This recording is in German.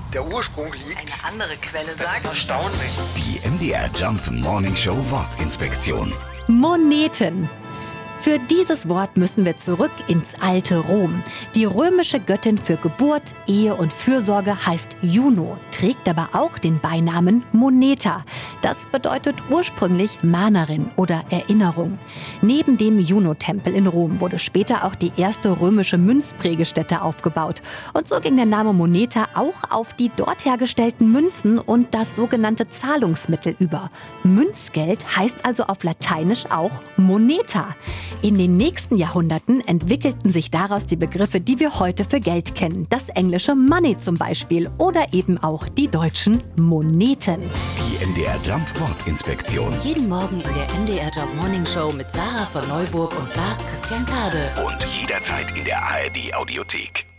der Ursprung liegt. Eine andere Quelle Das ist sagt... erstaunlich. Die MDR Jump Morning Show Wortinspektion. Moneten. Für dieses Wort müssen wir zurück ins alte Rom. Die römische Göttin für Geburt, Ehe und Fürsorge heißt Juno, trägt aber auch den Beinamen Moneta. Das bedeutet ursprünglich Mahnerin oder Erinnerung. Neben dem Juno-Tempel in Rom wurde später auch die erste römische Münzprägestätte aufgebaut. Und so ging der Name Moneta auch auf die dort hergestellten Münzen und das sogenannte Zahlungsmittel über. Münzgeld heißt also auf Lateinisch auch Moneta. In den nächsten Jahrhunderten entwickelten sich daraus die Begriffe, die wir heute für Geld kennen. Das englische Money zum Beispiel oder eben auch die deutschen Moneten. Die MDR Jump Wortinspektion. Jeden Morgen in der MDR Jump Morning Show mit Sarah von Neuburg und Lars Christian Kade. Und jederzeit in der ARD Audiothek.